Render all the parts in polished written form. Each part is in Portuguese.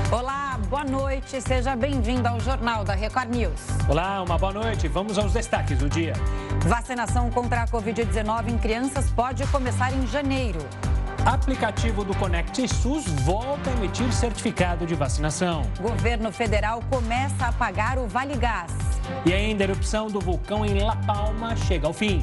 Olá, boa noite. Seja bem-vindo ao Jornal da Record News. Olá, uma boa noite. Vamos aos destaques do dia. Vacinação contra a Covid-19 em crianças pode começar em janeiro. Aplicativo do Conect SUS volta a emitir certificado de vacinação. Governo federal começa a pagar o Vale Gás. E ainda a erupção do vulcão em La Palma chega ao fim.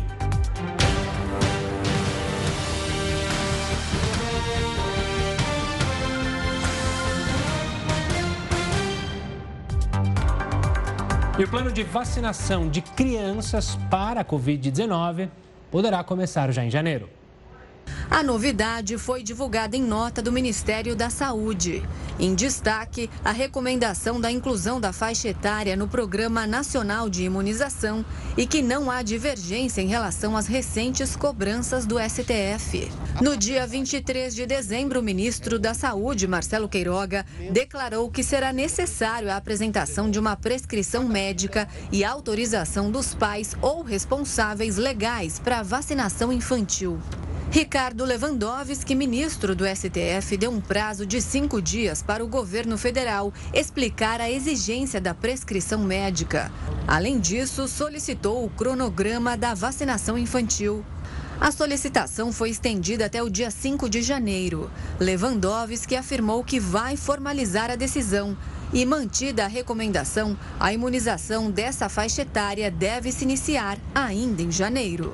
E o plano de vacinação de crianças para a Covid-19 poderá começar já em janeiro. A novidade foi divulgada em nota do Ministério da Saúde. Em destaque, a recomendação da inclusão da faixa etária no Programa Nacional de Imunização e que não há divergência em relação às recentes cobranças do STF. No dia 23 de dezembro, o ministro da Saúde, Marcelo Queiroga, declarou que será necessário a apresentação de uma prescrição médica e autorização dos pais ou responsáveis legais para a vacinação infantil. Ricardo Lewandowski, ministro do STF, deu um prazo de 5 dias para o governo federal explicar a exigência da prescrição médica. Além disso, solicitou o cronograma da vacinação infantil. A solicitação foi estendida até o dia 5 de janeiro. Lewandowski afirmou que vai formalizar a decisão. E mantida a recomendação, a imunização dessa faixa etária deve se iniciar ainda em janeiro.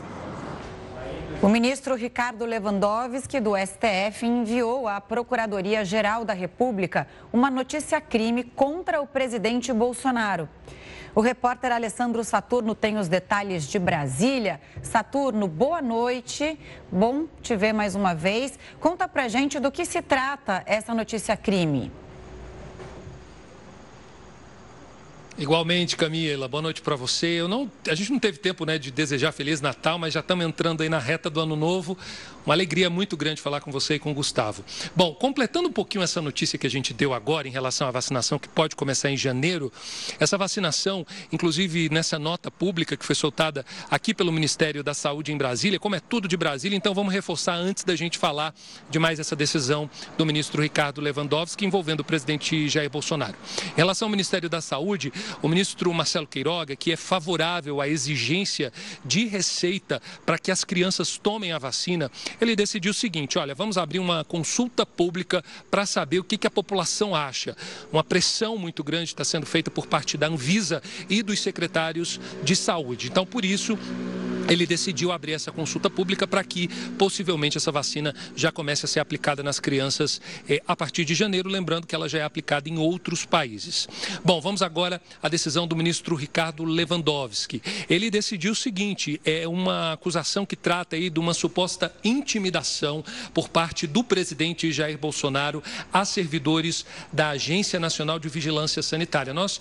O ministro Ricardo Lewandowski, do STF, enviou à Procuradoria-Geral da República uma notícia-crime contra o presidente Bolsonaro. O repórter Alessandro Saturno tem os detalhes de Brasília. Saturno, boa noite. Bom te ver mais uma vez. Conta pra gente do que se trata essa notícia-crime. Igualmente, Camila, boa noite para você. A gente não teve tempo, de desejar Feliz Natal, mas já estamos entrando aí na reta do Ano Novo. Uma alegria muito grande falar com você e com o Gustavo. Bom, completando um pouquinho essa notícia que a gente deu agora em relação à vacinação que pode começar em janeiro, essa vacinação, inclusive nessa nota pública que foi soltada aqui pelo Ministério da Saúde em Brasília, como é tudo de Brasília, então vamos reforçar antes da gente falar de mais essa decisão do ministro Ricardo Lewandowski envolvendo o presidente Jair Bolsonaro. Em relação ao Ministério da Saúde, o ministro Marcelo Queiroga, que é favorável à exigência de receita para que as crianças tomem a vacina, ele decidiu o seguinte: olha, vamos abrir uma consulta pública para saber o que a população acha. Uma pressão muito grande está sendo feita por parte da Anvisa e dos secretários de saúde. Então, por isso, ele decidiu abrir essa consulta pública para que, possivelmente, essa vacina já comece a ser aplicada nas crianças a partir de janeiro, lembrando que ela já é aplicada em outros países. Bom, vamos agora à decisão do ministro Ricardo Lewandowski. Ele decidiu o seguinte: é uma acusação que trata aí de uma suposta intimidação por parte do presidente Jair Bolsonaro a servidores da Agência Nacional de Vigilância Sanitária. Nós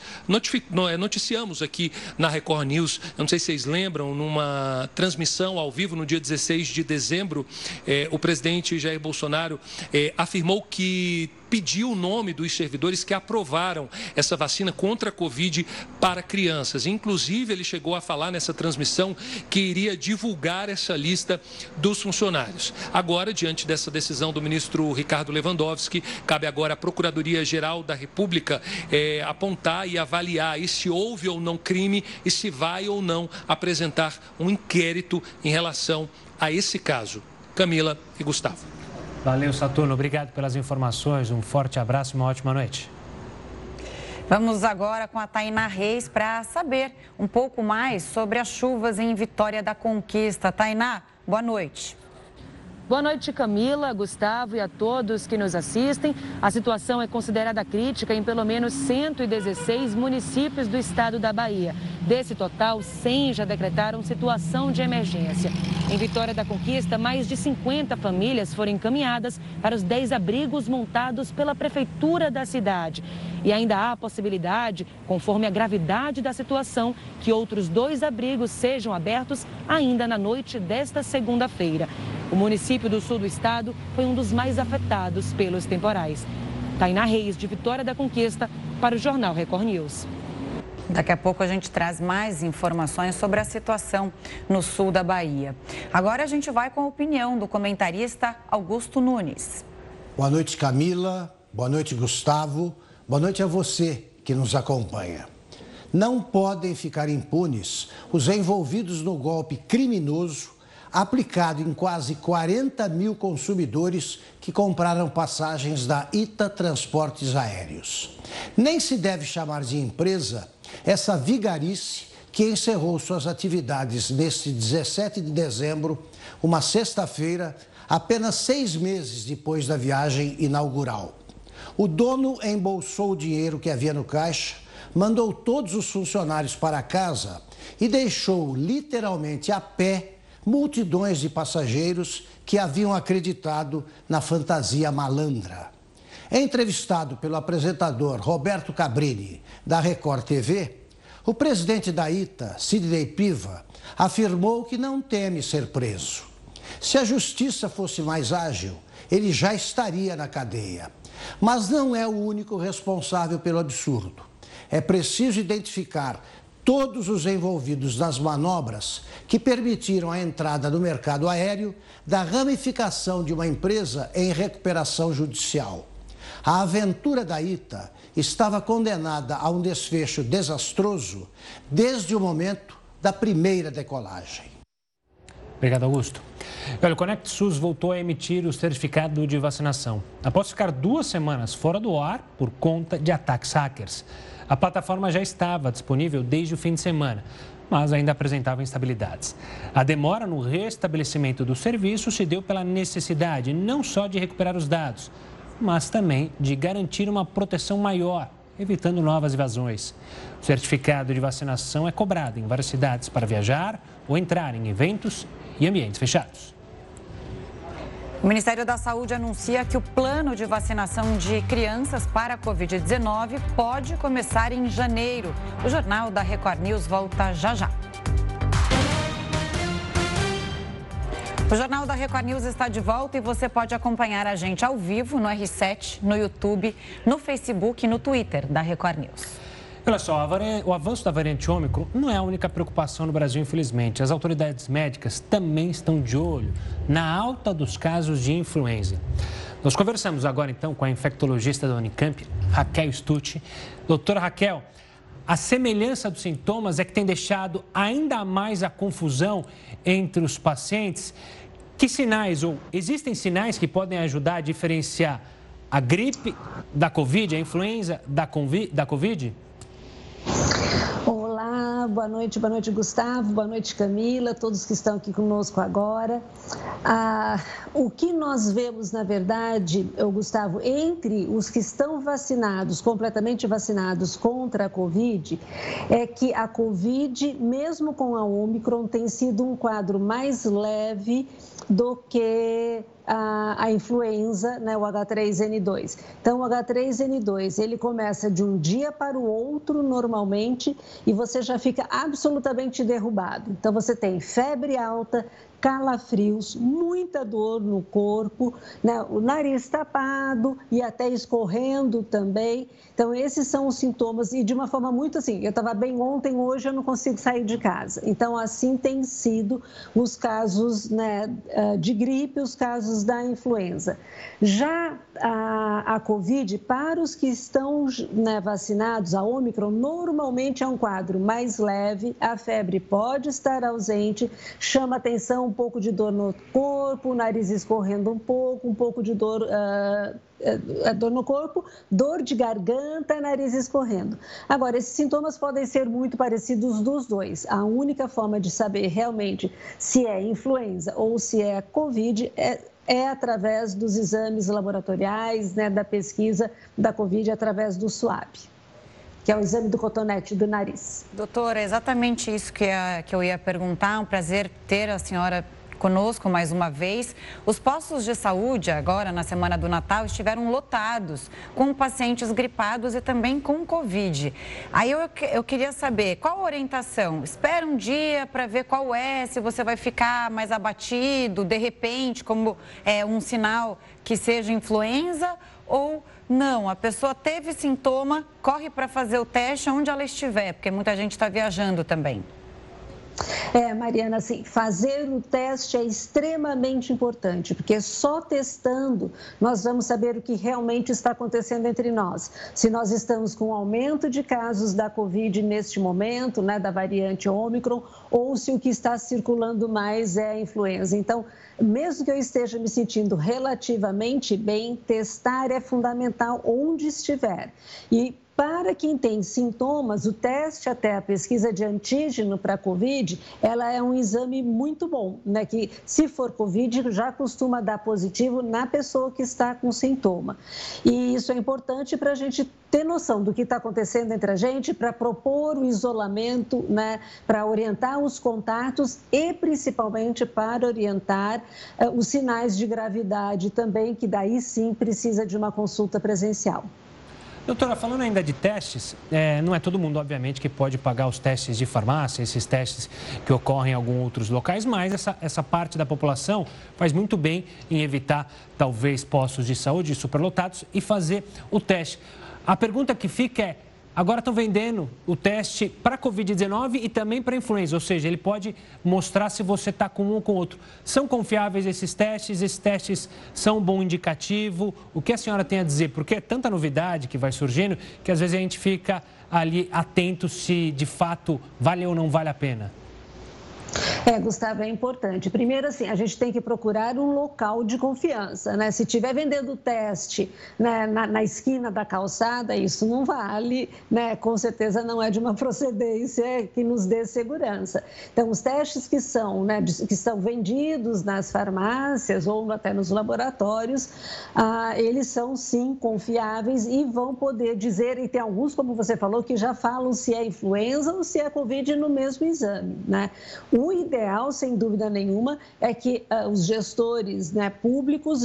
noticiamos aqui na Record News, não sei se vocês lembram, numa transmissão ao vivo no dia 16 de dezembro, o presidente Jair Bolsonaro afirmou que pediu o nome dos servidores que aprovaram essa vacina contra a Covid para crianças. Inclusive, ele chegou a falar nessa transmissão que iria divulgar essa lista dos funcionários. Agora, diante dessa decisão do ministro Ricardo Lewandowski, cabe agora à Procuradoria-Geral da República apontar e avaliar se houve ou não crime e se vai ou não apresentar um inquérito em relação a esse caso. Camila e Gustavo. Valeu, Saturno. Obrigado pelas informações. Um forte abraço e uma ótima noite. Vamos agora com a Tainá Reis para saber um pouco mais sobre as chuvas em Vitória da Conquista. Tainá, boa noite. Boa noite, Camila, Gustavo e a todos que nos assistem. A situação é considerada crítica em pelo menos 116 municípios do estado da Bahia. Desse total, 100 já decretaram situação de emergência. Em Vitória da Conquista, mais de 50 famílias foram encaminhadas para os 10 abrigos montados pela prefeitura da cidade. E ainda há a possibilidade, conforme a gravidade da situação, que outros 2 abrigos sejam abertos ainda na noite desta segunda-feira. O município do sul do estado foi um dos mais afetados pelos temporais. Tainá Reis, de Vitória da Conquista, para o Jornal Record News. Daqui a pouco a gente traz mais informações sobre a situação no sul da Bahia. Agora a gente vai com a opinião do comentarista Augusto Nunes. Boa noite, Camila. Boa noite, Gustavo. Boa noite a você que nos acompanha. Não podem ficar impunes os envolvidos no golpe criminoso aplicado em quase 40 mil consumidores que compraram passagens da ITA Transportes Aéreos. Nem se deve chamar de empresa essa vigarice que encerrou suas atividades neste 17 de dezembro, uma sexta-feira, apenas 6 meses depois da viagem inaugural. O dono embolsou o dinheiro que havia no caixa, mandou todos os funcionários para casa e deixou literalmente a pé multidões de passageiros que haviam acreditado na fantasia malandra. Entrevistado pelo apresentador Roberto Cabrini, da Record TV, o presidente da ITA, Sidney Piva, afirmou que não teme ser preso. Se a justiça fosse mais ágil, ele já estaria na cadeia. Mas não é o único responsável pelo absurdo. É preciso identificar todos os envolvidos nas manobras que permitiram a entrada no mercado aéreo da ramificação de uma empresa em recuperação judicial. A aventura da ITA estava condenada a um desfecho desastroso desde o momento da primeira decolagem. Obrigado, Augusto. Olha, o Conect SUS voltou a emitir o certificado de vacinação, após ficar 2 semanas fora do ar por conta de ataques hackers. A plataforma já estava disponível desde o fim de semana, mas ainda apresentava instabilidades. A demora no restabelecimento do serviço se deu pela necessidade não só de recuperar os dados, mas também de garantir uma proteção maior, evitando novas invasões. O certificado de vacinação é cobrado em várias cidades para viajar ou entrar em eventos e ambientes fechados. O Ministério da Saúde anuncia que o plano de vacinação de crianças para a Covid-19 pode começar em janeiro. O Jornal da Record News volta já já. O Jornal da Record News está de volta e você pode acompanhar a gente ao vivo no R7, no YouTube, no Facebook e no Twitter da Record News. Olha só, o avanço da variante Ômicron não é a única preocupação no Brasil, infelizmente. As autoridades médicas também estão de olho na alta dos casos de influenza. Nós conversamos agora, então, com a infectologista da Unicamp, Raquel Stucci. Doutora Raquel, a semelhança dos sintomas é que tem deixado ainda mais a confusão entre os pacientes. Que sinais, ou existem sinais que podem ajudar a diferenciar a gripe da Covid, a influenza da Covid? Olá, boa noite Gustavo, boa noite Camila, todos que estão aqui conosco agora. O que nós vemos, na verdade, Gustavo, entre os que estão vacinados, completamente vacinados contra a Covid, é que a Covid, mesmo com a Ômicron, tem sido um quadro mais leve do que a influenza, né, o H3N2. Então, o H3N2, ele começa de um dia para o outro, normalmente, e você já fica absolutamente derrubado. Então, você tem febre alta, calafrios, muita dor no corpo, né? O nariz tapado e até escorrendo também. Então, esses são os sintomas e de uma forma muito assim, eu estava bem ontem, hoje eu não consigo sair de casa. Então, assim tem sido os casos, né, de gripe, os casos da influenza. Já a Covid, para os que estão, né, vacinados, a Ômicron, normalmente é um quadro mais leve, a febre pode estar ausente, chama atenção um pouco de dor no corpo, o nariz escorrendo um pouco de dor, dor no corpo, dor de garganta, nariz escorrendo. Agora, esses sintomas podem ser muito parecidos dos dois. A única forma de saber realmente se é influenza ou se é Covid é através dos exames laboratoriais, né, da pesquisa da Covid através do SWAB, que é o exame do cotonete do nariz. Doutora, é exatamente isso que eu ia perguntar. Um prazer ter a senhora conosco mais uma vez. Os postos de saúde, agora na semana do Natal, estiveram lotados com pacientes gripados e também com Covid. Aí eu queria saber, qual a orientação? Espera um dia para ver qual é, se você vai ficar mais abatido, de repente, como um sinal que seja influenza, ou não, a pessoa teve sintoma, corre para fazer o teste onde ela estiver, porque muita gente está viajando também. Mariana, assim, fazer o teste é extremamente importante, porque só testando nós vamos saber o que realmente está acontecendo entre nós. Se nós estamos com um aumento de casos da Covid neste momento, né, da variante Ômicron, ou se o que está circulando mais é a influenza. Então, mesmo que eu esteja me sentindo relativamente bem, testar é fundamental onde estiver. E para quem tem sintomas, o teste até a pesquisa de antígeno para a Covid, ela é um exame muito bom, né? Que se for Covid, já costuma dar positivo na pessoa que está com sintoma. E isso é importante para a gente ter noção do que está acontecendo entre a gente, para propor o isolamento, né? Para orientar os contatos e principalmente para orientar os sinais de gravidade também, que daí sim precisa de uma consulta presencial. Doutora, falando ainda de testes, não é todo mundo, obviamente, que pode pagar os testes de farmácia, esses testes que ocorrem em alguns outros locais, mas essa parte da população faz muito bem em evitar, talvez, postos de saúde superlotados e fazer o teste. A pergunta que fica é, agora estão vendendo o teste para Covid-19 e também para influenza, ou seja, ele pode mostrar se você está com um ou com outro. São confiáveis esses testes? Esses testes são um bom indicativo? O que a senhora tem a dizer? Porque é tanta novidade que vai surgindo que às vezes a gente fica ali atento se de fato vale ou não vale a pena. Gustavo, é importante. Primeiro, assim, a gente tem que procurar um local de confiança, né? Se estiver vendendo teste, né, na esquina da calçada, isso não vale, né? Com certeza não é de uma procedência que nos dê segurança. Então, os testes que são vendidos nas farmácias ou até nos laboratórios, eles são, sim, confiáveis e vão poder dizer, e tem alguns, como você falou, que já falam se é influenza ou se é Covid no mesmo exame, né? O ideal, sem dúvida nenhuma, é que os gestores, né, públicos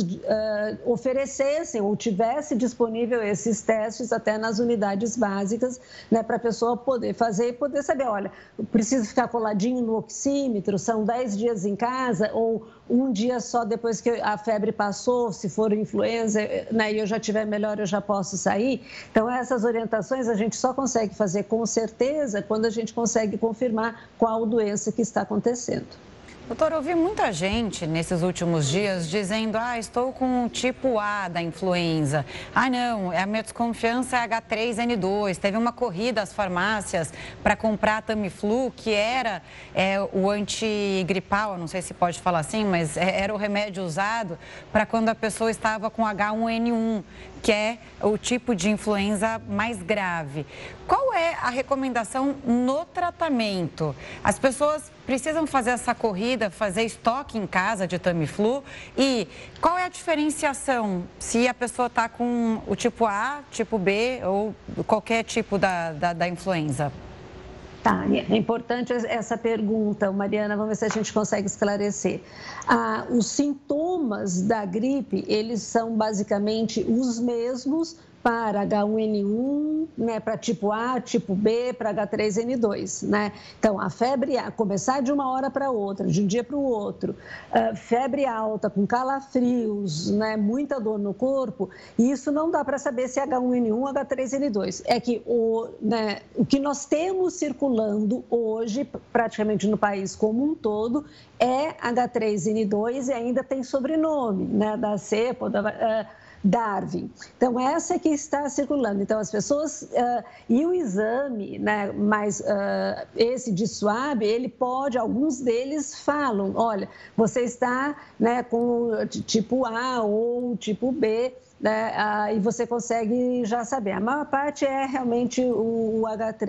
oferecessem ou tivessem disponível esses testes até nas unidades básicas, né, para a pessoa poder fazer e poder saber, olha, preciso ficar coladinho no oxímetro, são 10 dias em casa ou um dia só depois que a febre passou, se for influenza, né, e eu já estiver melhor, eu já posso sair. Então, essas orientações a gente só consegue fazer com certeza quando a gente consegue confirmar qual doença que está acontecendo. Doutor, eu ouvi muita gente nesses últimos dias dizendo, estou com o tipo A da influenza. Não, a minha desconfiança é H3N2. Teve uma corrida às farmácias para comprar Tamiflu, que era o antigripal, não sei se pode falar assim, mas era o remédio usado para quando a pessoa estava com H1N1, que é o tipo de influenza mais grave. Qual é a recomendação no tratamento? As pessoas precisam fazer essa corrida, fazer estoque em casa de Tamiflu? E qual é a diferenciação se a pessoa está com o tipo A, tipo B ou qualquer tipo da influenza? Tá, é importante essa pergunta, Mariana, vamos ver se a gente consegue esclarecer. Os sintomas da gripe, eles são basicamente os mesmos para H1N1, né, para tipo A, tipo B, para H3N2, né? Então, a febre começar de uma hora para outra, de um dia para o outro, febre alta, com calafrios, né, muita dor no corpo, e isso não dá para saber se é H1N1 ou H3N2. É que o que nós temos circulando hoje, praticamente no país como um todo, é H3N2 e ainda tem sobrenome, né, da cepa, Darwin. Então, essa é que está circulando. Então, as pessoas... e o exame, né, mas esse de swab, ele pode... Alguns deles falam, olha, você está, né, com tipo A ou tipo B, né, e você consegue já saber. A maior parte é realmente o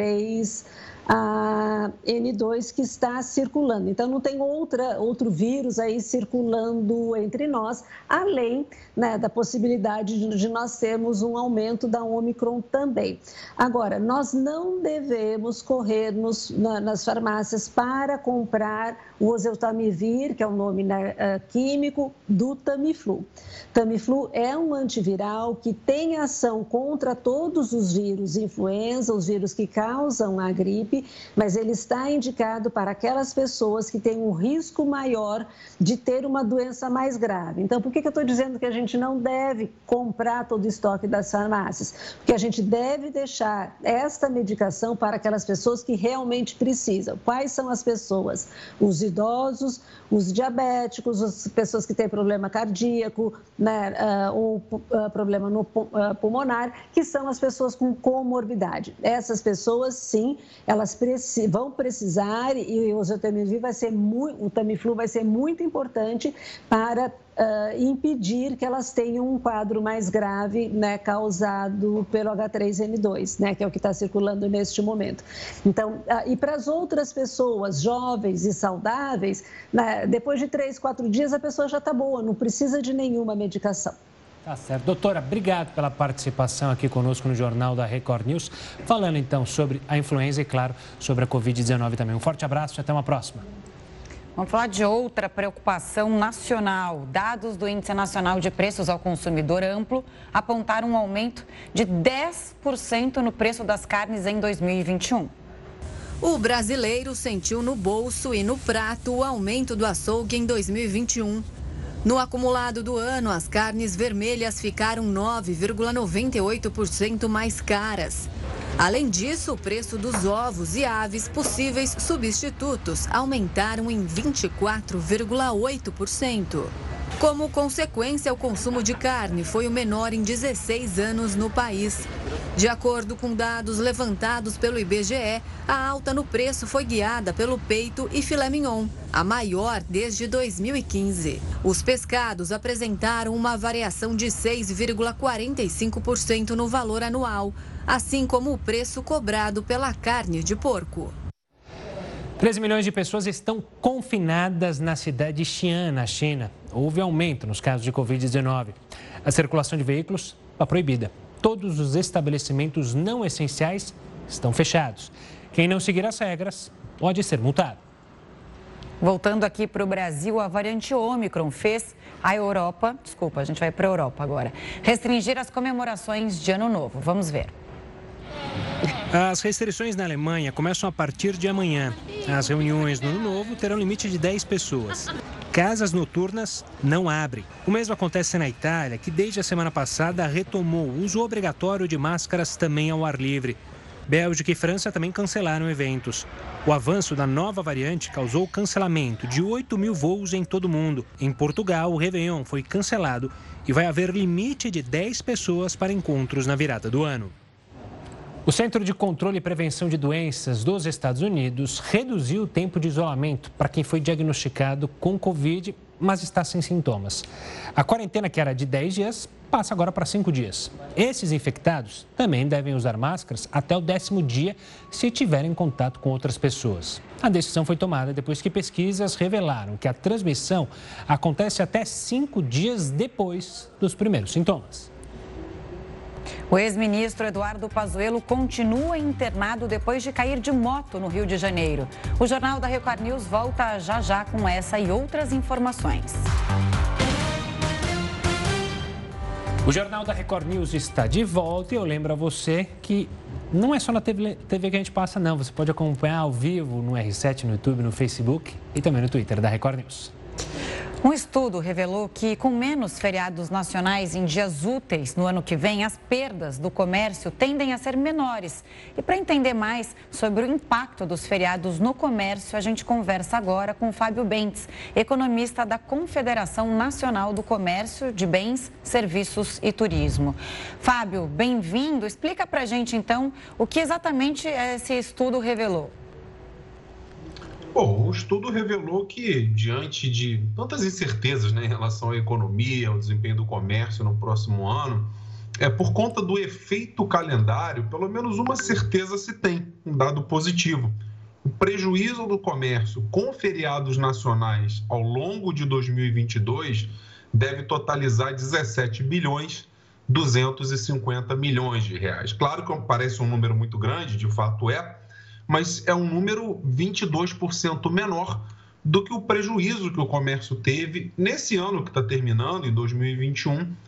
H3N2 que está circulando. Então, não tem outro vírus aí circulando entre nós, além, né, da possibilidade de nós termos um aumento da Ômicron também. Agora, nós não devemos correr nas farmácias para comprar o oseltamivir, que é o nome, né, químico, do Tamiflu. Tamiflu é um antibiótico antiviral que tem ação contra todos os vírus influenza, os vírus que causam a gripe, mas ele está indicado para aquelas pessoas que têm um risco maior de ter uma doença mais grave. Então, por que eu estou dizendo que a gente não deve comprar todo o estoque das farmácias? Porque a gente deve deixar esta medicação para aquelas pessoas que realmente precisam. Quais são as pessoas? Os idosos, os diabéticos, as pessoas que têm problema cardíaco, né, ou problema pulmonar, que são as pessoas com comorbidade. Essas pessoas, sim, elas vão precisar, e o Tamiflu vai ser muito importante para impedir que elas tenham um quadro mais grave, né, causado pelo H3N2, né, que é o que está circulando neste momento. Então, e para as outras pessoas jovens e saudáveis, né, depois de 3, 4 dias a pessoa já está boa, não precisa de nenhuma medicação. Tá certo. Doutora, obrigado pela participação aqui conosco no Jornal da Record News, falando então sobre a influenza e, claro, sobre a Covid-19 também. Um forte abraço e até uma próxima. Vamos falar de outra preocupação nacional. Dados do Índice Nacional de Preços ao Consumidor Amplo apontaram um aumento de 10% no preço das carnes em 2021. O brasileiro sentiu no bolso e no prato o aumento do açougue em 2021. No acumulado do ano, as carnes vermelhas ficaram 9,98% mais caras. Além disso, o preço dos ovos e aves, possíveis substitutos, aumentaram em 24,8%. Como consequência, o consumo de carne foi o menor em 16 anos no país. De acordo com dados levantados pelo IBGE, a alta no preço foi guiada pelo peito e filé mignon, a maior desde 2015. Os pescados apresentaram uma variação de 6,45% no valor anual, assim como o preço cobrado pela carne de porco. 13 milhões de pessoas estão confinadas na cidade de Xi'an, na China. Houve aumento nos casos de Covid-19. A circulação de veículos está proibida. Todos os estabelecimentos não essenciais estão fechados. Quem não seguir as regras pode ser multado. Voltando aqui para o Brasil, a variante Ômicron fez a Europa, a gente vai para a Europa agora, restringir as comemorações de Ano Novo. Vamos ver. As restrições na Alemanha começam a partir de amanhã. As reuniões no Ano Novo terão limite de 10 pessoas. Casas noturnas não abrem. O mesmo acontece na Itália, que desde a semana passada retomou o uso obrigatório de máscaras também ao ar livre. Bélgica e França também cancelaram eventos. O avanço da nova variante causou o cancelamento de 8 mil voos em todo o mundo. Em Portugal, o Réveillon foi cancelado e vai haver limite de 10 pessoas para encontros na virada do ano. O Centro de Controle e Prevenção de Doenças dos Estados Unidos reduziu o tempo de isolamento para quem foi diagnosticado com Covid, mas está sem sintomas. A quarentena, que era de 10 dias, passa agora para 5 dias. Esses infectados também devem usar máscaras até o 10º dia se tiverem contato com outras pessoas. A decisão foi tomada depois que pesquisas revelaram que a transmissão acontece até 5 dias depois dos primeiros sintomas. O ex-ministro Eduardo Pazuello continua internado depois de cair de moto no Rio de Janeiro. O Jornal da Record News volta já já com essa e outras informações. O Jornal da Record News está de volta e eu lembro a você que não é só na TV que a gente passa, não. Você pode acompanhar ao vivo no R7, no YouTube, no Facebook e também no Twitter da Record News. Um estudo revelou que, com menos feriados nacionais em dias úteis no ano que vem, as perdas do comércio tendem a ser menores. E para entender mais sobre o impacto dos feriados no comércio, a gente conversa agora com Fábio Bentes, economista da Confederação Nacional do Comércio de Bens, Serviços e Turismo. Fábio, bem-vindo. Explica para a gente, então, o que exatamente esse estudo revelou. Bom, o estudo revelou que, diante de tantas incertezas, né, em relação à economia, ao desempenho do comércio no próximo ano, por conta do efeito calendário, pelo menos uma certeza se tem, um dado positivo. O prejuízo do comércio com feriados nacionais ao longo de 2022 deve totalizar 17 bilhões 250 milhões de reais. Claro que parece um número muito grande, de fato mas é um número 22% menor do que o prejuízo que o comércio teve nesse ano que está terminando, em 2021,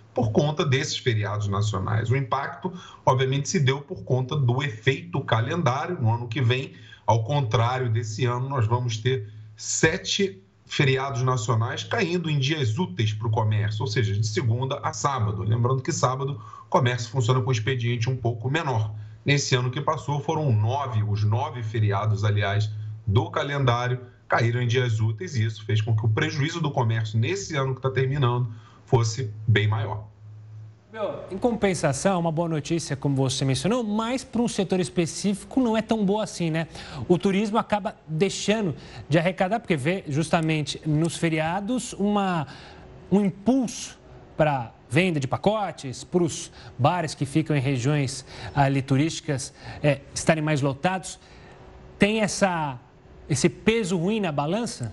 por conta desses feriados nacionais. O impacto, obviamente, se deu por conta do efeito calendário. No ano que vem, ao contrário desse ano, nós vamos ter 7 feriados nacionais caindo em dias úteis para o comércio, ou seja, de segunda a sábado. Lembrando que sábado o comércio funciona com expediente um pouco menor. Nesse ano que passou, foram os 9 feriados, aliás, do calendário caíram em dias úteis, e isso fez com que o prejuízo do comércio nesse ano que está terminando fosse bem maior. Em compensação, uma boa notícia, como você mencionou, mas para um setor específico não é tão boa assim, né? O turismo acaba deixando de arrecadar, porque vê justamente nos feriados um impulso para venda de pacotes, para os bares que ficam em regiões ali turísticas estarem mais lotados. Tem esse peso ruim na balança?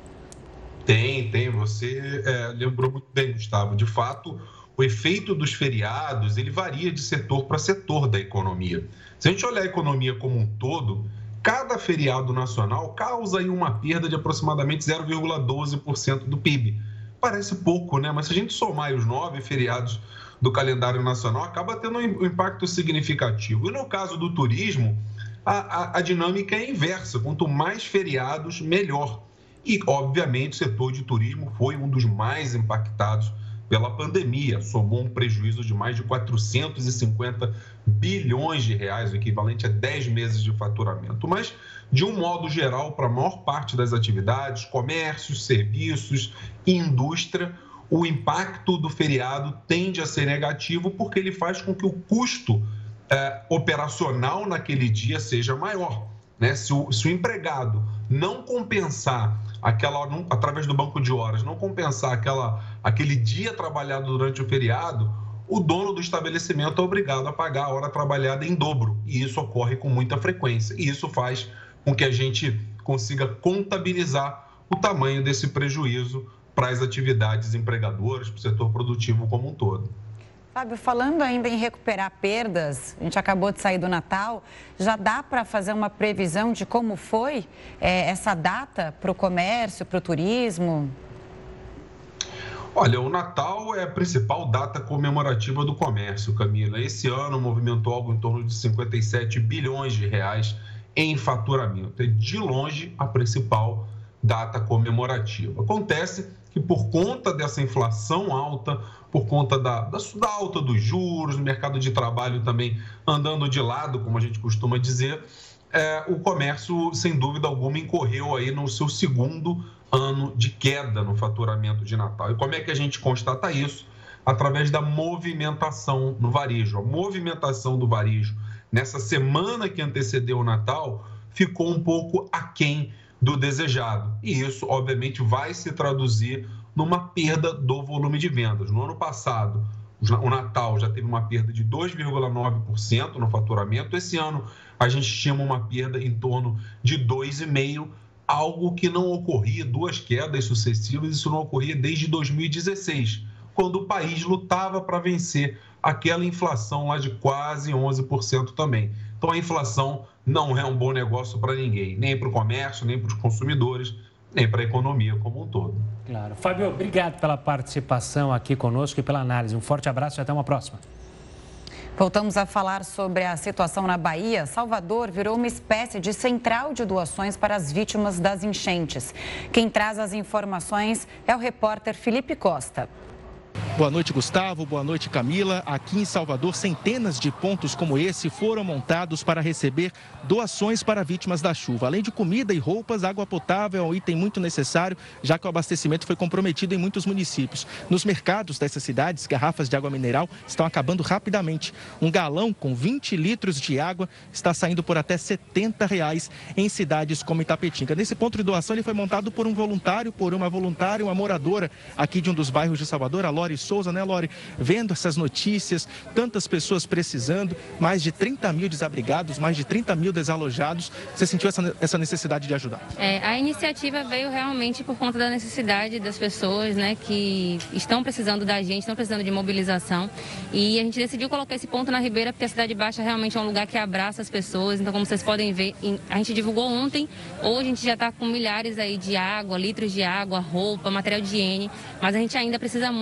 Tem. Você lembrou muito bem, Gustavo. De fato, o efeito dos feriados, ele varia de setor para setor da economia. Se a gente olhar a economia como um todo, cada feriado nacional causa aí uma perda de aproximadamente 0,12% do PIB. Parece pouco, né? Mas se a gente somar os 9 feriados do calendário nacional, acaba tendo um impacto significativo. E no caso do turismo, a dinâmica é inversa. Quanto mais feriados, melhor. E, obviamente, o setor de turismo foi um dos mais impactados pela pandemia. Somou um prejuízo de mais de 450 bilhões de reais, o equivalente a 10 meses de faturamento. Mas, de um modo geral, para a maior parte das atividades, comércios, serviços, indústria, o impacto do feriado tende a ser negativo porque ele faz com que o custo operacional naquele dia seja maior, né? Se o empregado não compensar através do banco de horas, não compensar aquele dia trabalhado durante o feriado, o dono do estabelecimento é obrigado a pagar a hora trabalhada em dobro. E isso ocorre com muita frequência. E isso faz com que a gente consiga contabilizar o tamanho desse prejuízo para as atividades empregadoras, para o setor produtivo como um todo. Fábio, falando ainda em recuperar perdas, a gente acabou de sair do Natal, já dá para fazer uma previsão de como foi essa data para o comércio, para o turismo? Olha, o Natal é a principal data comemorativa do comércio, Camila. Esse ano movimentou algo em torno de 57 bilhões de reais em faturamento. É de longe a principal data comemorativa. Acontece que por conta dessa inflação alta, por conta da alta dos juros, o mercado de trabalho também andando de lado, como a gente costuma dizer, o comércio, sem dúvida alguma, incorreu aí no seu segundo ano de queda no faturamento de Natal. E como é que a gente constata isso? Através da movimentação no varejo. A movimentação do varejo nessa semana que antecedeu o Natal ficou um pouco aquém do desejado. E isso, obviamente, vai se traduzir numa perda do volume de vendas. No ano passado, o Natal já teve uma perda de 2,9% no faturamento. Esse ano, a gente estima uma perda em torno de 2,5%, algo que não ocorria, 2 quedas sucessivas, isso não ocorria desde 2016, quando o país lutava para vencer aquela inflação lá de quase 11% também. Então, a inflação não é um bom negócio para ninguém, nem para o comércio, nem para os consumidores, nem para a economia como um todo. Claro. Fábio, obrigado pela participação aqui conosco e pela análise. Um forte abraço e até uma próxima. Voltamos a falar sobre a situação na Bahia. Salvador virou uma espécie de central de doações para as vítimas das enchentes. Quem traz as informações é o repórter Felipe Costa. Boa noite, Gustavo. Boa noite, Camila. Aqui em Salvador, centenas de pontos como esse foram montados para receber doações para vítimas da chuva. Além de comida e roupas, água potável é um item muito necessário, já que o abastecimento foi comprometido em muitos municípios. Nos mercados dessas cidades, garrafas de água mineral estão acabando rapidamente. Um galão com 20 litros de água está saindo por até R$70 em cidades como Itapetinga. Nesse ponto de doação, ele foi montado por um voluntário, por uma voluntária, uma moradora aqui de um dos bairros de Salvador, a Lori Souza, né, Lori? Vendo essas notícias, tantas pessoas precisando, mais de 30 mil desabrigados, mais de 30 mil desalojados. Você sentiu essa necessidade de ajudar? A iniciativa veio realmente por conta da necessidade das pessoas, né, que estão precisando da gente, estão precisando de mobilização. E a gente decidiu colocar esse ponto na Ribeira porque a Cidade Baixa realmente é um lugar que abraça as pessoas. Então, como vocês podem ver, a gente divulgou ontem, hoje a gente já está com milhares aí de água, litros de água, roupa, material de higiene, mas a gente ainda precisa muito de fato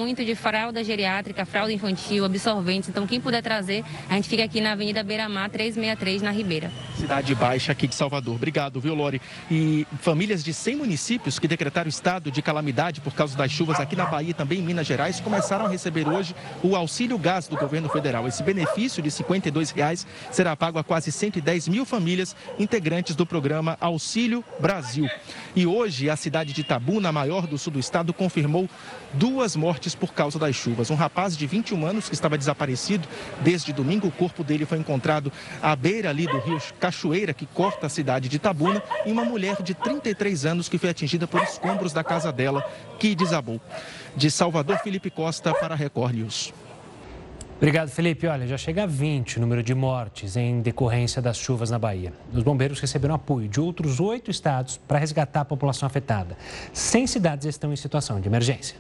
fralda geriátrica, fralda infantil, absorventes. Então, quem puder trazer, a gente fica aqui na Avenida Beira-Mar, 363, na Ribeira. Cidade Baixa aqui de Salvador. Obrigado, viu, Lori? E famílias de 100 municípios que decretaram estado de calamidade por causa das chuvas aqui na Bahia e também em Minas Gerais começaram a receber hoje o auxílio gás do governo federal. Esse benefício de R$ 52 será pago a quase 110 mil famílias integrantes do programa Auxílio Brasil. E hoje a cidade de Itabuna, maior do sul do estado, confirmou 2 mortes por causa das chuvas. Um rapaz de 21 anos que estava desaparecido desde domingo, o corpo dele foi encontrado à beira ali do rio Cachoeira, que corta a cidade de Itabuna, e uma mulher de 33 anos que foi atingida por escombros da casa dela, que desabou. De Salvador, Felipe Costa, para a Record News. Obrigado, Felipe. Olha, já chega a 20 o número de mortes em decorrência das chuvas na Bahia. Os bombeiros receberam apoio de outros 8 estados para resgatar a população afetada. 100 cidades estão em situação de emergência.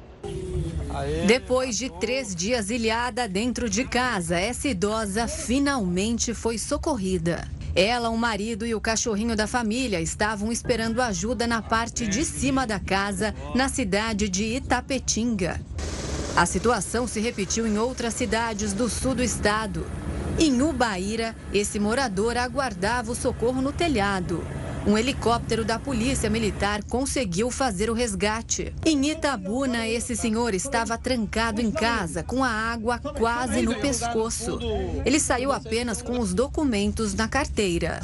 Depois de 3 dias ilhada dentro de casa, essa idosa finalmente foi socorrida. Ela, o marido e o cachorrinho da família estavam esperando ajuda na parte de cima da casa, na cidade de Itapetinga. A situação se repetiu em outras cidades do sul do estado. Em Ubaíra, esse morador aguardava o socorro no telhado. Um helicóptero da Polícia Militar conseguiu fazer o resgate. Em Itabuna, esse senhor estava trancado em casa, com a água quase no pescoço. Ele saiu apenas com os documentos na carteira.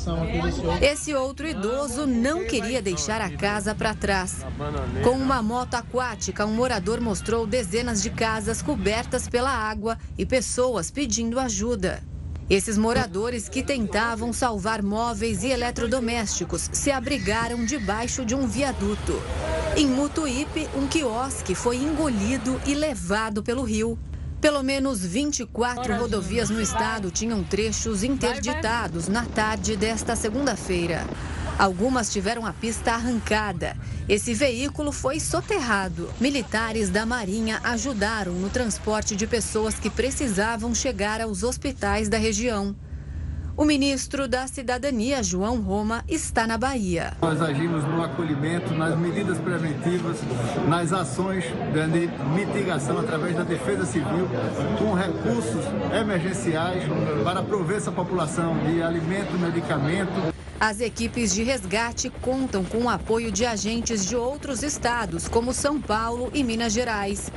Esse outro idoso não queria deixar a casa para trás. Com uma moto aquática, um morador mostrou dezenas de casas cobertas pela água e pessoas pedindo ajuda. Esses moradores que tentavam salvar móveis e eletrodomésticos se abrigaram debaixo de um viaduto. Em Mutuípe, um quiosque foi engolido e levado pelo rio. Pelo menos 24 rodovias no estado tinham trechos interditados na tarde desta segunda-feira. Algumas tiveram a pista arrancada. Esse veículo foi soterrado. Militares da Marinha ajudaram no transporte de pessoas que precisavam chegar aos hospitais da região. O ministro da Cidadania, João Roma, está na Bahia. Nós agimos no acolhimento, nas medidas preventivas, nas ações de mitigação através da Defesa Civil, com recursos emergenciais para prover essa população de alimento e medicamento. As equipes de resgate contam com o apoio de agentes de outros estados, como São Paulo e Minas Gerais.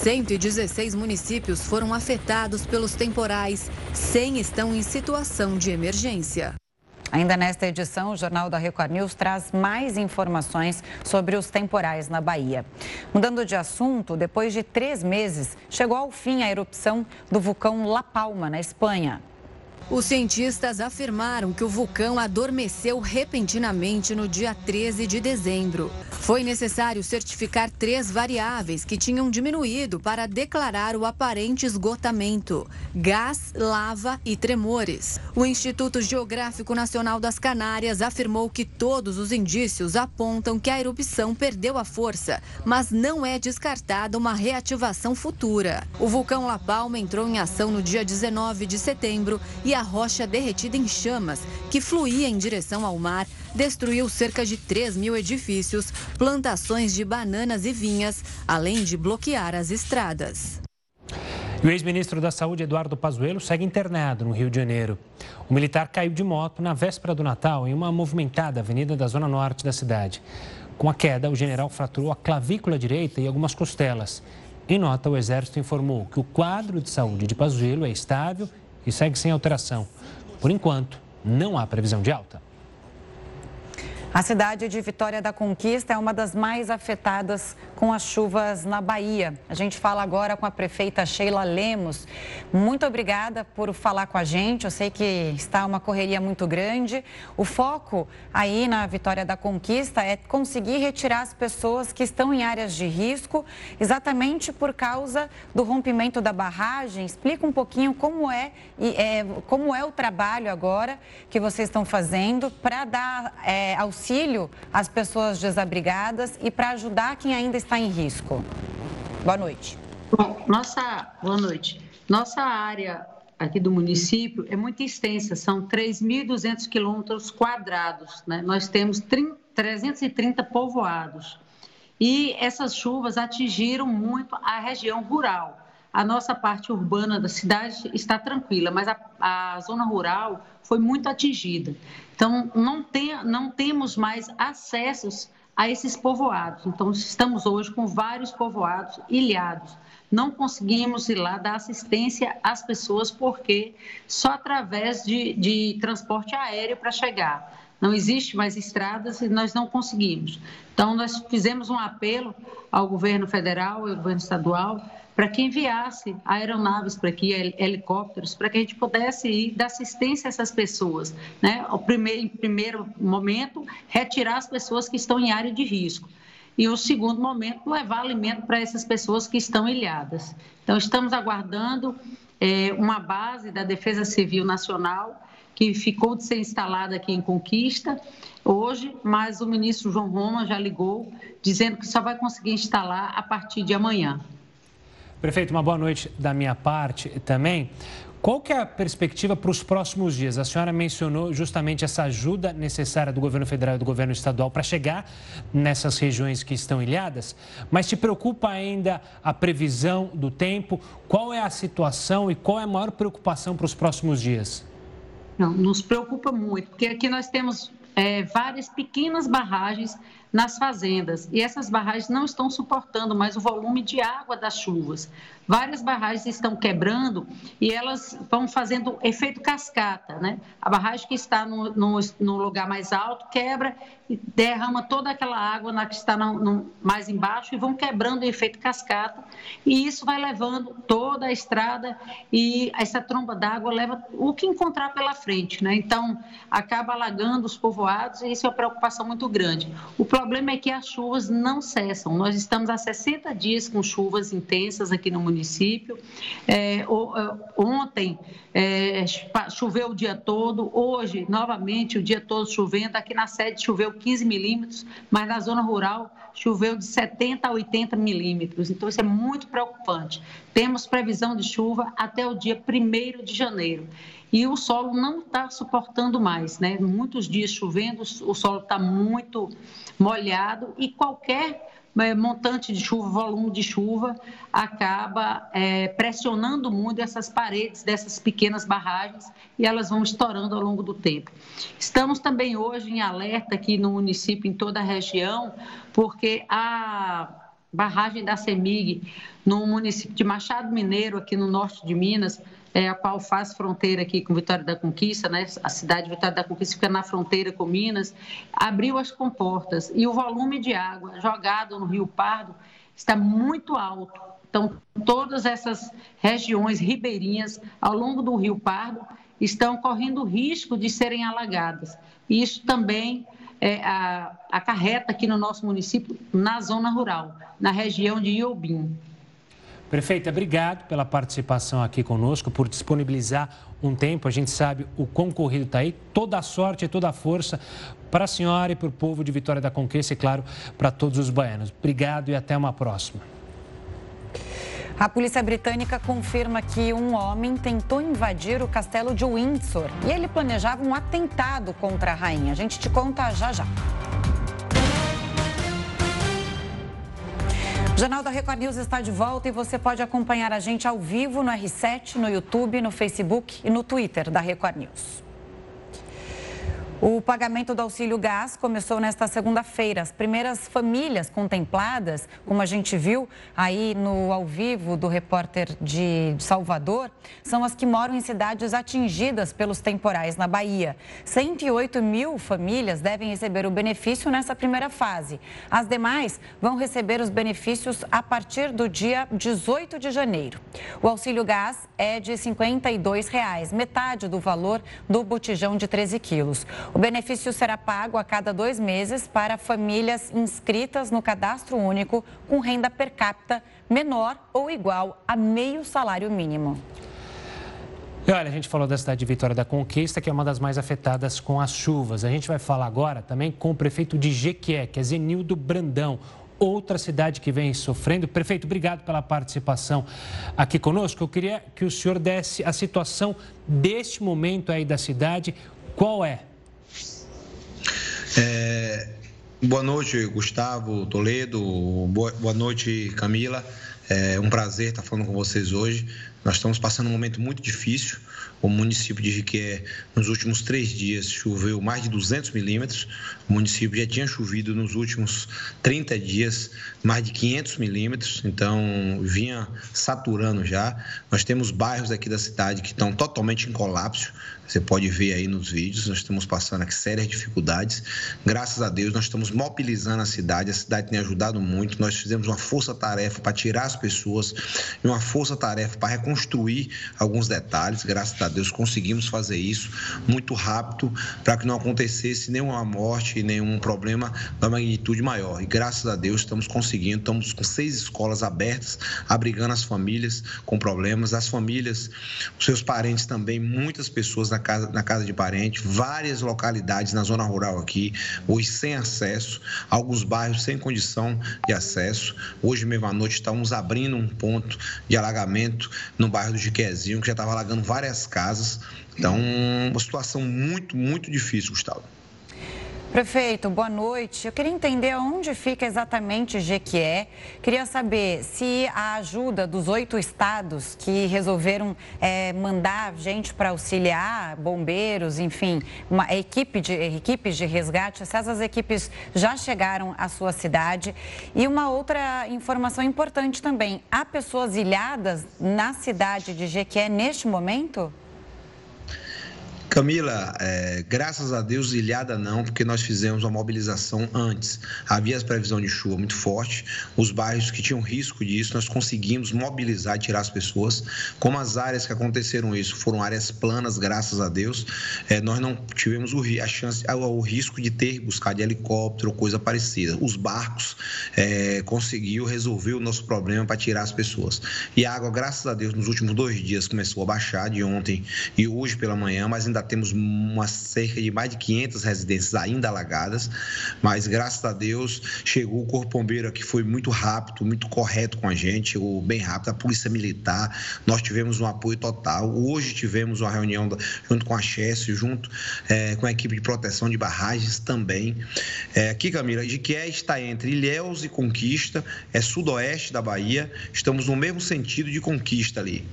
116 municípios foram afetados pelos temporais, 100 estão em situação de emergência. Ainda nesta edição, o Jornal da Record News traz mais informações sobre os temporais na Bahia. Mudando de assunto, depois de 3 meses, chegou ao fim a erupção do vulcão La Palma, na Espanha. Os cientistas afirmaram que o vulcão adormeceu repentinamente no dia 13 de dezembro. Foi necessário certificar 3 variáveis que tinham diminuído para declarar o aparente esgotamento: gás, lava e tremores. O Instituto Geográfico Nacional das Canárias afirmou que todos os indícios apontam que a erupção perdeu a força, mas não é descartada uma reativação futura. O vulcão La Palma entrou em ação no dia 19 de setembro e a rocha derretida em chamas, que fluía em direção ao mar, destruiu cerca de 3 mil edifícios, plantações de bananas e vinhas, além de bloquear as estradas. E o ex-ministro da Saúde, Eduardo Pazuello, segue internado no Rio de Janeiro. O militar caiu de moto na véspera do Natal em uma movimentada avenida da zona norte da cidade. Com a queda, o general fraturou a clavícula direita e algumas costelas. Em nota, o Exército informou que o quadro de saúde de Pazuello é estável e segue sem alteração. Por enquanto, não há previsão de alta. A cidade de Vitória da Conquista é uma das mais afetadas com as chuvas na Bahia. A gente fala agora com a prefeita Sheila Lemos. Muito obrigada por falar com a gente. Eu sei que está uma correria muito grande. O foco aí na Vitória da Conquista é conseguir retirar as pessoas que estão em áreas de risco, exatamente por causa do rompimento da barragem. Explica um pouquinho como é o trabalho agora que vocês estão fazendo para dar auxílio às pessoas desabrigadas e para ajudar quem ainda está em risco. Boa noite. Bom, boa noite. Nossa área aqui do município é muito extensa, são 3.200 quilômetros quadrados, né? Nós temos 330 povoados E essas chuvas atingiram muito a região rural. A nossa parte urbana da cidade está tranquila, mas a zona rural foi muito atingida. Então, não temos mais acessos a esses povoados. Então, estamos hoje com vários povoados ilhados. Não conseguimos ir lá dar assistência às pessoas porque só através de transporte aéreo para chegar. Não existe mais estradas e nós não conseguimos. Então, nós fizemos um apelo ao governo federal e ao governo estadual para que enviasse aeronaves para aqui, helicópteros, para que a gente pudesse ir dar assistência a essas pessoas. Né? Em primeiro momento, retirar as pessoas que estão em área de risco. E o segundo momento, levar alimento para essas pessoas que estão ilhadas. Então, estamos aguardando uma base da Defesa Civil Nacional, que ficou de ser instalada aqui em Conquista hoje, mas o ministro João Roma já ligou, dizendo que só vai conseguir instalar a partir de amanhã. Prefeito, uma boa noite da minha parte também. Qual que é a perspectiva para os próximos dias? A senhora mencionou justamente essa ajuda necessária do governo federal e do governo estadual para chegar nessas regiões que estão ilhadas, mas te preocupa ainda a previsão do tempo? Qual é a situação e qual é a maior preocupação para os próximos dias? Não, nos preocupa muito, porque aqui nós temos várias pequenas barragens nas fazendas e essas barragens não estão suportando mais o volume de água das chuvas. Várias barragens estão quebrando e elas vão fazendo efeito cascata, né? A barragem que está no lugar mais alto quebra e derrama toda aquela água que está mais embaixo e vão quebrando o efeito cascata e isso vai levando toda a estrada e essa tromba d'água leva o que encontrar pela frente, né? Então, acaba alagando os povoados e isso é uma preocupação muito grande. O problema é que as chuvas não cessam. Nós estamos há 60 dias com chuvas intensas aqui no município. Ontem choveu o dia todo, hoje, novamente, o dia todo chovendo. Aqui na sede choveu 15 milímetros, mas na zona rural choveu de 70 a 80 milímetros. Então, isso é muito preocupante. Temos previsão de chuva até o dia 1º de janeiro. E o solo não está suportando mais, né? Muitos dias chovendo, o solo está muito molhado e qualquer montante de chuva, volume de chuva, acaba pressionando muito essas paredes dessas pequenas barragens e elas vão estourando ao longo do tempo. Estamos também hoje em alerta aqui no município, em toda a região, porque a barragem da CEMIG, no município de Machado Mineiro, aqui no norte de Minas, a qual faz fronteira aqui com Vitória da Conquista, né? A cidade de Vitória da Conquista fica na fronteira com Minas, abriu as comportas e o volume de água jogado no Rio Pardo está muito alto. Então, todas essas regiões ribeirinhas ao longo do Rio Pardo estão correndo risco de serem alagadas. E isso também acarreta aqui no nosso município, na zona rural, na região de Iobim. Prefeita, obrigado pela participação aqui conosco, por disponibilizar um tempo. A gente sabe o quão corrido está aí. Toda a sorte e toda a força para a senhora e para o povo de Vitória da Conquista e, claro, para todos os baianos. Obrigado e até uma próxima. A polícia britânica confirma que um homem tentou invadir o castelo de Windsor e ele planejava um atentado contra a rainha. A gente te conta já já. O Jornal da Record News está de volta e você pode acompanhar a gente ao vivo no R7, no YouTube, no Facebook e no Twitter da Record News. O pagamento do auxílio gás começou nesta segunda-feira. As primeiras famílias contempladas, como a gente viu aí no ao vivo do repórter de Salvador, são as que moram em cidades atingidas pelos temporais na Bahia. 108 mil famílias devem receber o benefício nessa primeira fase. As demais vão receber os benefícios a partir do dia 18 de janeiro. O auxílio gás é de R$ 52, metade do valor do botijão de 13 quilos. O benefício será pago a cada 2 meses para famílias inscritas no cadastro único com renda per capita menor ou igual a meio salário mínimo. E olha, a gente falou da cidade de Vitória da Conquista, que é uma das mais afetadas com as chuvas. A gente vai falar agora também com o prefeito de Jequié, que é Zenildo Brandão, outra cidade que vem sofrendo. Prefeito, obrigado pela participação aqui conosco. Eu queria que o senhor desse a situação deste momento aí da cidade. Qual é? Boa noite, Gustavo, Toledo. Boa noite, Camila. É um prazer estar falando com vocês hoje. Nós estamos passando um momento muito difícil. O município de Jequié, nos últimos 3 dias, choveu mais de 200 milímetros. O município já tinha chovido nos últimos 30 dias mais de 500 milímetros, então vinha saturando já. Nós temos bairros aqui da cidade que estão totalmente em colapso. Você pode ver aí nos vídeos, nós estamos passando aqui sérias dificuldades. Graças a Deus, nós estamos mobilizando a cidade tem ajudado muito. Nós fizemos uma força-tarefa para tirar as pessoas e uma força-tarefa para reconstruir alguns detalhes. Graças a Deus, conseguimos fazer isso muito rápido para que não acontecesse nenhuma morte, nenhum problema da magnitude maior. E graças a Deus, estamos conseguindo. Estamos com 6 escolas abertas, abrigando as famílias com problemas. As famílias, os seus parentes também, muitas pessoas na casa de parente, várias localidades na zona rural aqui, hoje sem acesso, alguns bairros sem condição de acesso. Hoje mesmo à noite estamos abrindo um ponto de alagamento no bairro do Jequiézinho, que já estava alagando várias casas. Então, uma situação muito, muito difícil, Gustavo. Prefeito, boa noite. Eu queria entender onde fica exatamente Jequié. Queria saber se a ajuda dos 8 estados que resolveram mandar gente para auxiliar, bombeiros, enfim, equipes de resgate, se essas equipes já chegaram à sua cidade. E uma outra informação importante também, há pessoas ilhadas na cidade de Jequié neste momento? Camila, graças a Deus, ilhada não, porque nós fizemos uma mobilização antes. Havia a previsão de chuva muito forte, os bairros que tinham risco disso, nós conseguimos mobilizar e tirar as pessoas. Como as áreas que aconteceram isso foram áreas planas, graças a Deus, nós não tivemos o risco de ter que buscar de helicóptero ou coisa parecida. Os barcos conseguiu resolver o nosso problema para tirar as pessoas. E a água, graças a Deus, nos últimos 2 dias começou a baixar, de ontem e hoje pela manhã, mas ainda temos cerca de mais de 500 residências ainda alagadas, mas graças a Deus chegou o Corpo Bombeiro aqui, foi muito rápido, muito correto com a gente, chegou bem rápido, a Polícia Militar, nós tivemos um apoio total. Hoje tivemos uma reunião junto com a Chess, junto com a equipe de proteção de barragens também. Aqui, Camila, Jequié está entre Ilhéus e Conquista, é sudoeste da Bahia, estamos no mesmo sentido de Conquista ali.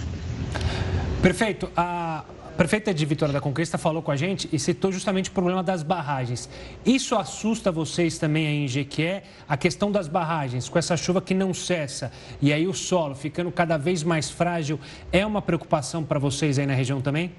Prefeito, a prefeita de Vitória da Conquista falou com a gente e citou justamente o problema das barragens. Isso assusta vocês também aí em Jequié? A questão das barragens, com essa chuva que não cessa e aí o solo ficando cada vez mais frágil, é uma preocupação para vocês aí na região também?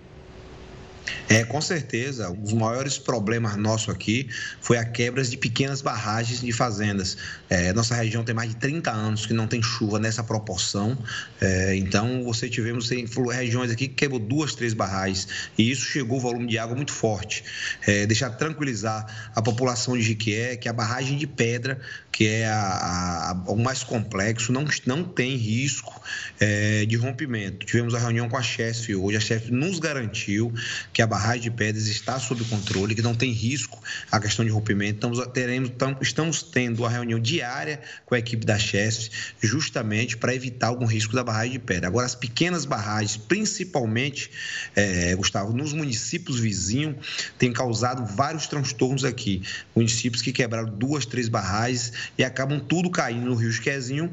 Com certeza, um dos maiores problemas nossos aqui foi a quebra de pequenas barragens de fazendas. Nossa região tem mais de 30 anos que não tem chuva nessa proporção, então tivemos regiões aqui que quebrou 2, 3 barragens e isso chegou volume de água muito forte. Deixar tranquilizar a população de Jequié que a barragem de pedra, que é o mais complexo, não tem risco de rompimento. Tivemos a reunião com a Chesf hoje, a Chesf nos garantiu que a barragem de pedras está sob controle, que não tem risco a questão de rompimento. Estamos tendo uma reunião diária com a equipe da Chesf, justamente para evitar algum risco da barragem de pedra. Agora, as pequenas barragens, principalmente, Gustavo, nos municípios vizinhos, tem causado vários transtornos aqui. Municípios que quebraram 2, 3 barragens e acabam tudo caindo no Rio Jequiézinho,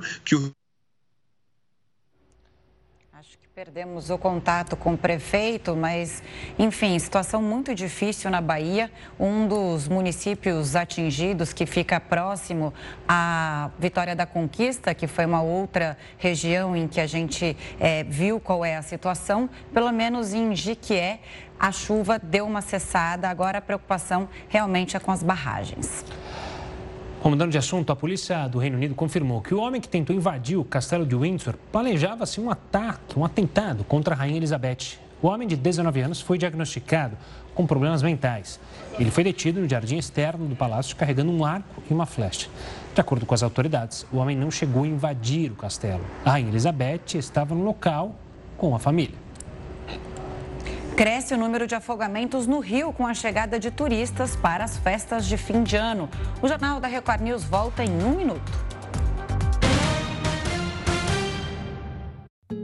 Perdemos o contato com o prefeito, mas, enfim, situação muito difícil na Bahia. Um dos municípios atingidos que fica próximo à Vitória da Conquista, que foi uma outra região em que a gente viu qual é a situação, pelo menos em Jequié, a chuva deu uma cessada, agora a preocupação realmente é com as barragens. Mudando de assunto, a polícia do Reino Unido confirmou que o homem que tentou invadir o castelo de Windsor planejava-se um atentado contra a Rainha Elizabeth. O homem de 19 anos foi diagnosticado com problemas mentais. Ele foi detido no jardim externo do palácio carregando um arco e uma flecha. De acordo com as autoridades, o homem não chegou a invadir o castelo. A Rainha Elizabeth estava no local com a família. Cresce o número de afogamentos no Rio com a chegada de turistas para as festas de fim de ano. O Jornal da Record News volta em 1 minuto. Que o Rio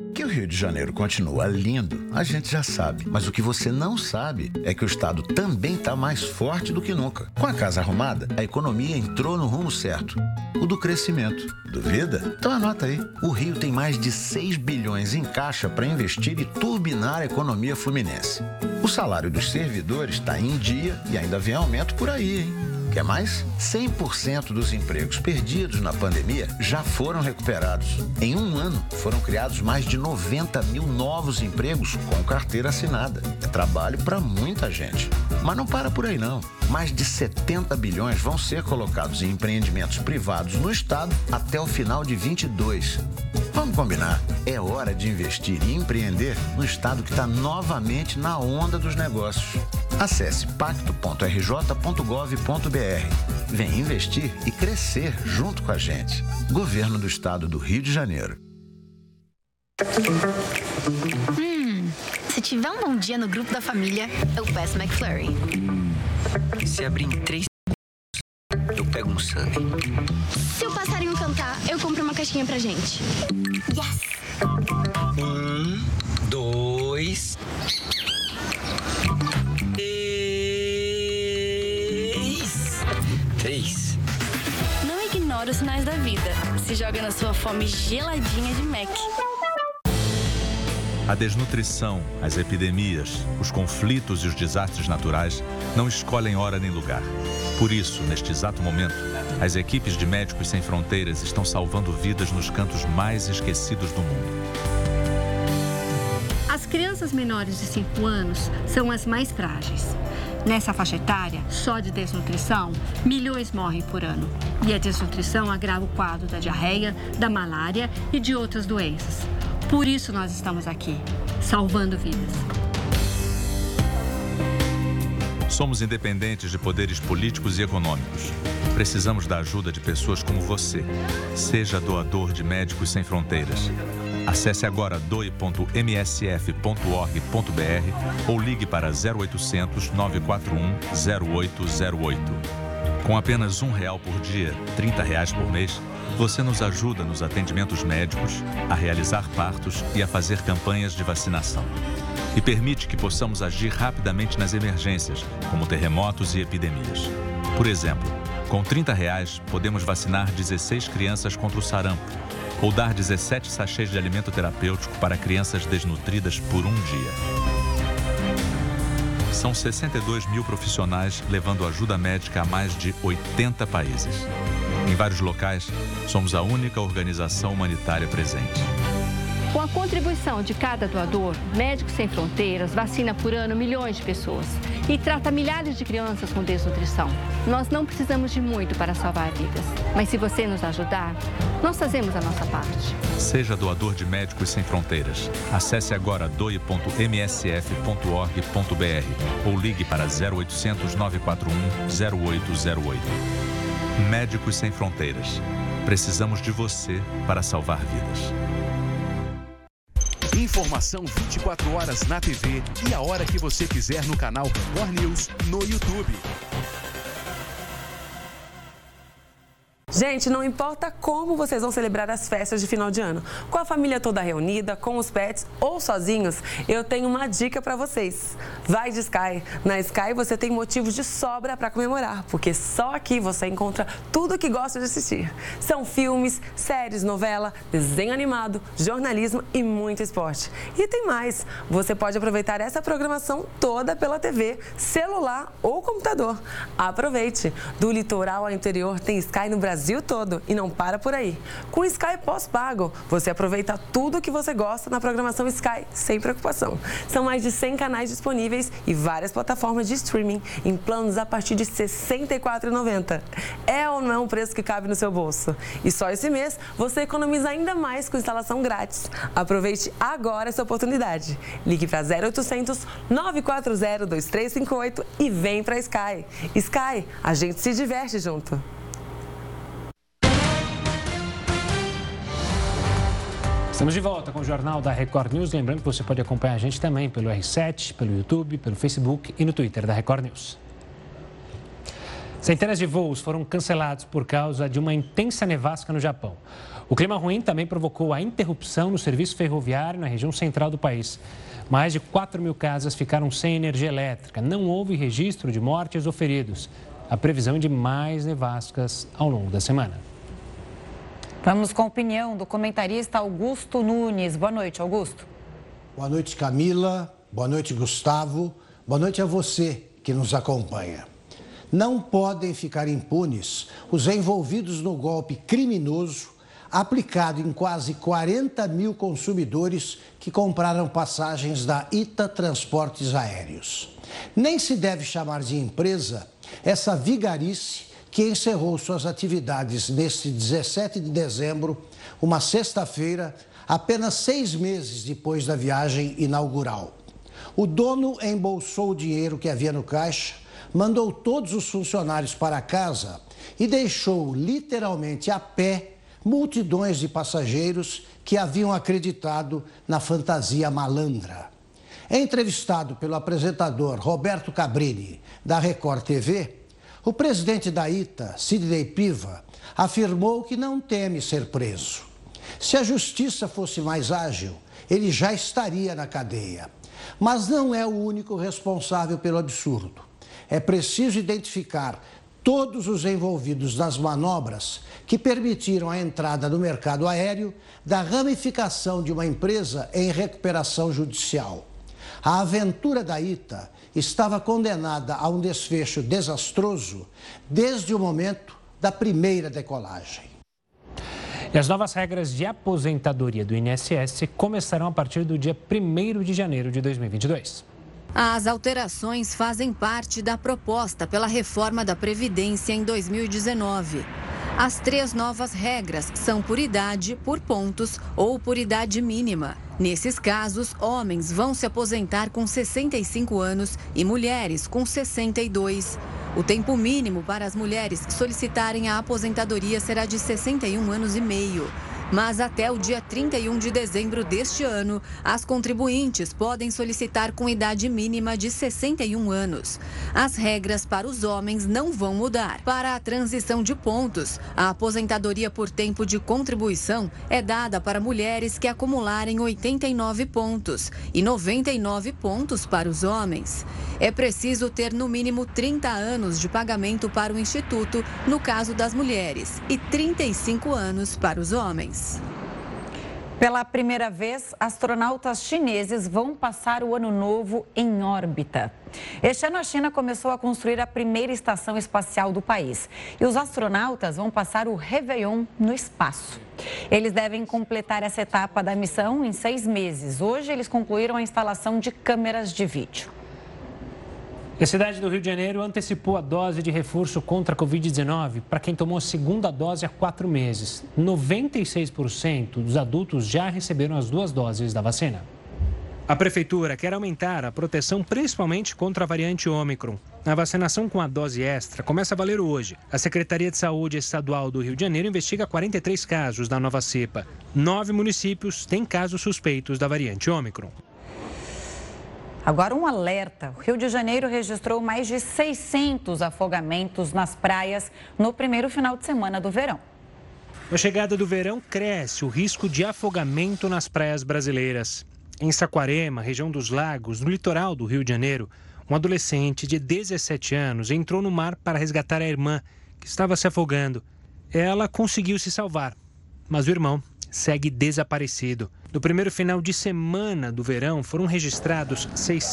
de Janeiro continua lindo, a gente já sabe. Mas o que você não sabe é que o estado também está mais forte do que nunca. Com a casa arrumada, a economia entrou no rumo certo, o do crescimento. Duvida? Então anota aí. O Rio tem mais de 6 bilhões em caixa para investir e turbinar a economia fluminense. O salário dos servidores está em dia e ainda vem aumento por aí, hein? Quer mais? 100% dos empregos perdidos na pandemia já foram recuperados. Em um ano, foram criados mais de 90 mil novos empregos com carteira assinada. É trabalho para muita gente. Mas não para por aí, não. Mais de 70 bilhões vão ser colocados em empreendimentos privados no estado até o final de 22. Vamos combinar. É hora de investir e empreender no estado que está novamente na onda dos negócios. Acesse pacto.rj.gov.br. Vem investir e crescer junto com a gente. Governo do Estado do Rio de Janeiro. Se tiver um bom dia no grupo da família, eu peço McFlurry. Se abrir em 3 segundos, eu pego um Sunny. Se o passarinho cantar, eu compro uma caixinha pra gente. Yes! 1, 2... 3. Não ignore os sinais da vida. Se joga na sua fome geladinha de Mac. A desnutrição, as epidemias, os conflitos e os desastres naturais não escolhem hora nem lugar. Por isso, neste exato momento, as equipes de Médicos Sem Fronteiras estão salvando vidas nos cantos mais esquecidos do mundo. As crianças menores de 5 anos são as mais frágeis. Nessa faixa etária, só de desnutrição, milhões morrem por ano. E a desnutrição agrava o quadro da diarreia, da malária e de outras doenças. Por isso nós estamos aqui, salvando vidas. Somos independentes de poderes políticos e econômicos. Precisamos da ajuda de pessoas como você. Seja doador de Médicos Sem Fronteiras. Acesse agora doe.msf.org.br ou ligue para 0800 941 0808. Com apenas R$1 por dia, R$30 por mês, você nos ajuda nos atendimentos médicos, a realizar partos e a fazer campanhas de vacinação. E permite que possamos agir rapidamente nas emergências, como terremotos e epidemias. Por exemplo, com R$30 podemos vacinar 16 crianças contra o sarampo, ou dar 17 sachês de alimento terapêutico para crianças desnutridas por um dia. São 62 mil profissionais levando ajuda médica a mais de 80 países. Em vários locais, somos a única organização humanitária presente. Com a contribuição de cada doador, Médicos Sem Fronteiras vacina por ano milhões de pessoas e trata milhares de crianças com desnutrição. Nós não precisamos de muito para salvar vidas, mas se você nos ajudar, nós fazemos a nossa parte. Seja doador de Médicos Sem Fronteiras. Acesse agora doe.msf.org.br ou ligue para 0800 941 0808. Médicos Sem Fronteiras. Precisamos de você para salvar vidas. Informação 24 horas na TV e a hora que você quiser no canal Record News no YouTube. Gente, não importa como vocês vão celebrar as festas de final de ano, com a família toda reunida, com os pets ou sozinhos, eu tenho uma dica para vocês. Vai de Sky. Na Sky você tem motivos de sobra para comemorar, porque só aqui você encontra tudo o que gosta de assistir. São filmes, séries, novela, desenho animado, jornalismo e muito esporte. E tem mais, você pode aproveitar essa programação toda pela TV, celular ou computador. Aproveite! Do litoral ao interior tem Sky no Brasil todo e não para por aí. Com Sky pós-pago, você aproveita tudo o que você gosta na programação Sky sem preocupação. São mais de 100 canais disponíveis e várias plataformas de streaming em planos a partir de R$ 64,90. É ou não é um preço que cabe no seu bolso? E só esse mês você economiza ainda mais com instalação grátis. Aproveite agora essa oportunidade. Ligue para 0800 940 2358 e vem para Sky. Sky, a gente se diverte junto. Estamos de volta com o Jornal da Record News. Lembrando que você pode acompanhar a gente também pelo R7, pelo YouTube, pelo Facebook e no Twitter da Record News. Centenas de voos foram cancelados por causa de uma intensa nevasca no Japão. O clima ruim também provocou a interrupção no serviço ferroviário na região central do país. Mais de 4 mil casas ficaram sem energia elétrica. Não houve registro de mortes ou feridos. A previsão é de mais nevascas ao longo da semana. Vamos com a opinião do comentarista Augusto Nunes. Boa noite, Augusto. Boa noite, Camila. Boa noite, Gustavo. Boa noite a você que nos acompanha. Não podem ficar impunes os envolvidos no golpe criminoso aplicado em quase 40 mil consumidores que compraram passagens da ITA Transportes Aéreos. Nem se deve chamar de empresa essa vigarice que encerrou suas atividades neste 17 de dezembro, uma sexta-feira, apenas 6 meses depois da viagem inaugural. O dono embolsou o dinheiro que havia no caixa, mandou todos os funcionários para casa e deixou literalmente a pé multidões de passageiros que haviam acreditado na fantasia malandra. Entrevistado pelo apresentador Roberto Cabrini, da Record TV, o presidente da ITA, Sidney Piva, afirmou que não teme ser preso. Se a justiça fosse mais ágil, ele já estaria na cadeia. Mas não é o único responsável pelo absurdo. É preciso identificar todos os envolvidos nas manobras que permitiram a entrada no mercado aéreo da ramificação de uma empresa em recuperação judicial. A aventura da ITA estava condenada a um desfecho desastroso desde o momento da primeira decolagem. E as novas regras de aposentadoria do INSS começarão a partir do dia 1º de janeiro de 2022. As alterações fazem parte da proposta pela reforma da Previdência em 2019. As 3 novas regras são por idade, por pontos ou por idade mínima. Nesses casos, homens vão se aposentar com 65 anos e mulheres com 62. O tempo mínimo para as mulheres solicitarem a aposentadoria será de 61 anos e meio. Mas até o dia 31 de dezembro deste ano, as contribuintes podem solicitar com idade mínima de 61 anos. As regras para os homens não vão mudar. Para a transição de pontos, a aposentadoria por tempo de contribuição é dada para mulheres que acumularem 89 pontos e 99 pontos para os homens. É preciso ter no mínimo 30 anos de pagamento para o Instituto, no caso das mulheres, e 35 anos para os homens. Pela primeira vez, astronautas chineses vão passar o ano novo em órbita. Este ano, a China começou a construir a primeira estação espacial do país. E os astronautas vão passar o Réveillon no espaço. Eles devem completar essa etapa da missão em 6 meses. Hoje, eles concluíram a instalação de câmeras de vídeo. A cidade do Rio de Janeiro antecipou a dose de reforço contra a Covid-19 para quem tomou a segunda dose há 4 meses. 96% dos adultos já receberam as 2 doses da vacina. A prefeitura quer aumentar a proteção principalmente contra a variante Ômicron. A vacinação com a dose extra começa a valer hoje. A Secretaria de Saúde Estadual do Rio de Janeiro investiga 43 casos da nova cepa. 9 municípios têm casos suspeitos da variante Ômicron. Agora um alerta. O Rio de Janeiro registrou mais de 600 afogamentos nas praias no primeiro final de semana do verão. Com a chegada do verão, cresce o risco de afogamento nas praias brasileiras. Em Saquarema, região dos Lagos, no litoral do Rio de Janeiro, um adolescente de 17 anos entrou no mar para resgatar a irmã, que estava se afogando. Ela conseguiu se salvar, mas o irmão segue desaparecido. No primeiro final de semana do verão, foram registrados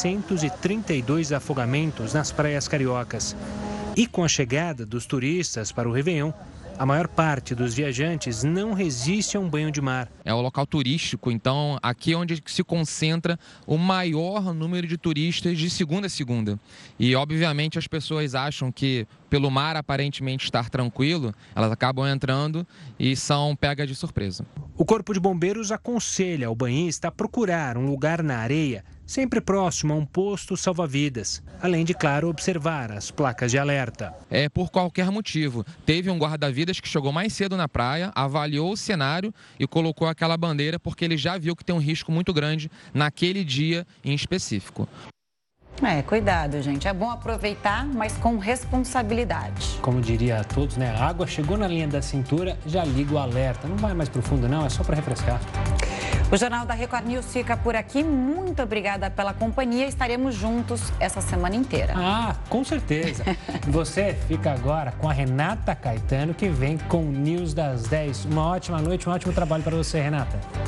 632 afogamentos nas praias cariocas. E com a chegada dos turistas para o Réveillon, a maior parte dos viajantes não resiste a um banho de mar. É o local turístico, então aqui é onde se concentra o maior número de turistas de segunda a segunda. E obviamente as pessoas acham que pelo mar aparentemente estar tranquilo, elas acabam entrando e são pegas de surpresa. O Corpo de Bombeiros aconselha ao banhista a procurar um lugar na areia, sempre próximo a um posto salva-vidas, além de, claro, observar as placas de alerta. É por qualquer motivo. Teve um guarda-vidas que chegou mais cedo na praia, avaliou o cenário e colocou aquela bandeira porque ele já viu que tem um risco muito grande naquele dia em específico. Cuidado, gente. É bom aproveitar, mas com responsabilidade. Como diria a todos, né? A água chegou na linha da cintura, já liga o alerta. Não vai mais pro fundo, não, é só para refrescar. O Jornal da Record News fica por aqui. Muito obrigada pela companhia. Estaremos juntos essa semana inteira. Com certeza. Você fica agora com a Renata Caetano, que vem com o News das 10. Uma ótima noite, um ótimo trabalho para você, Renata.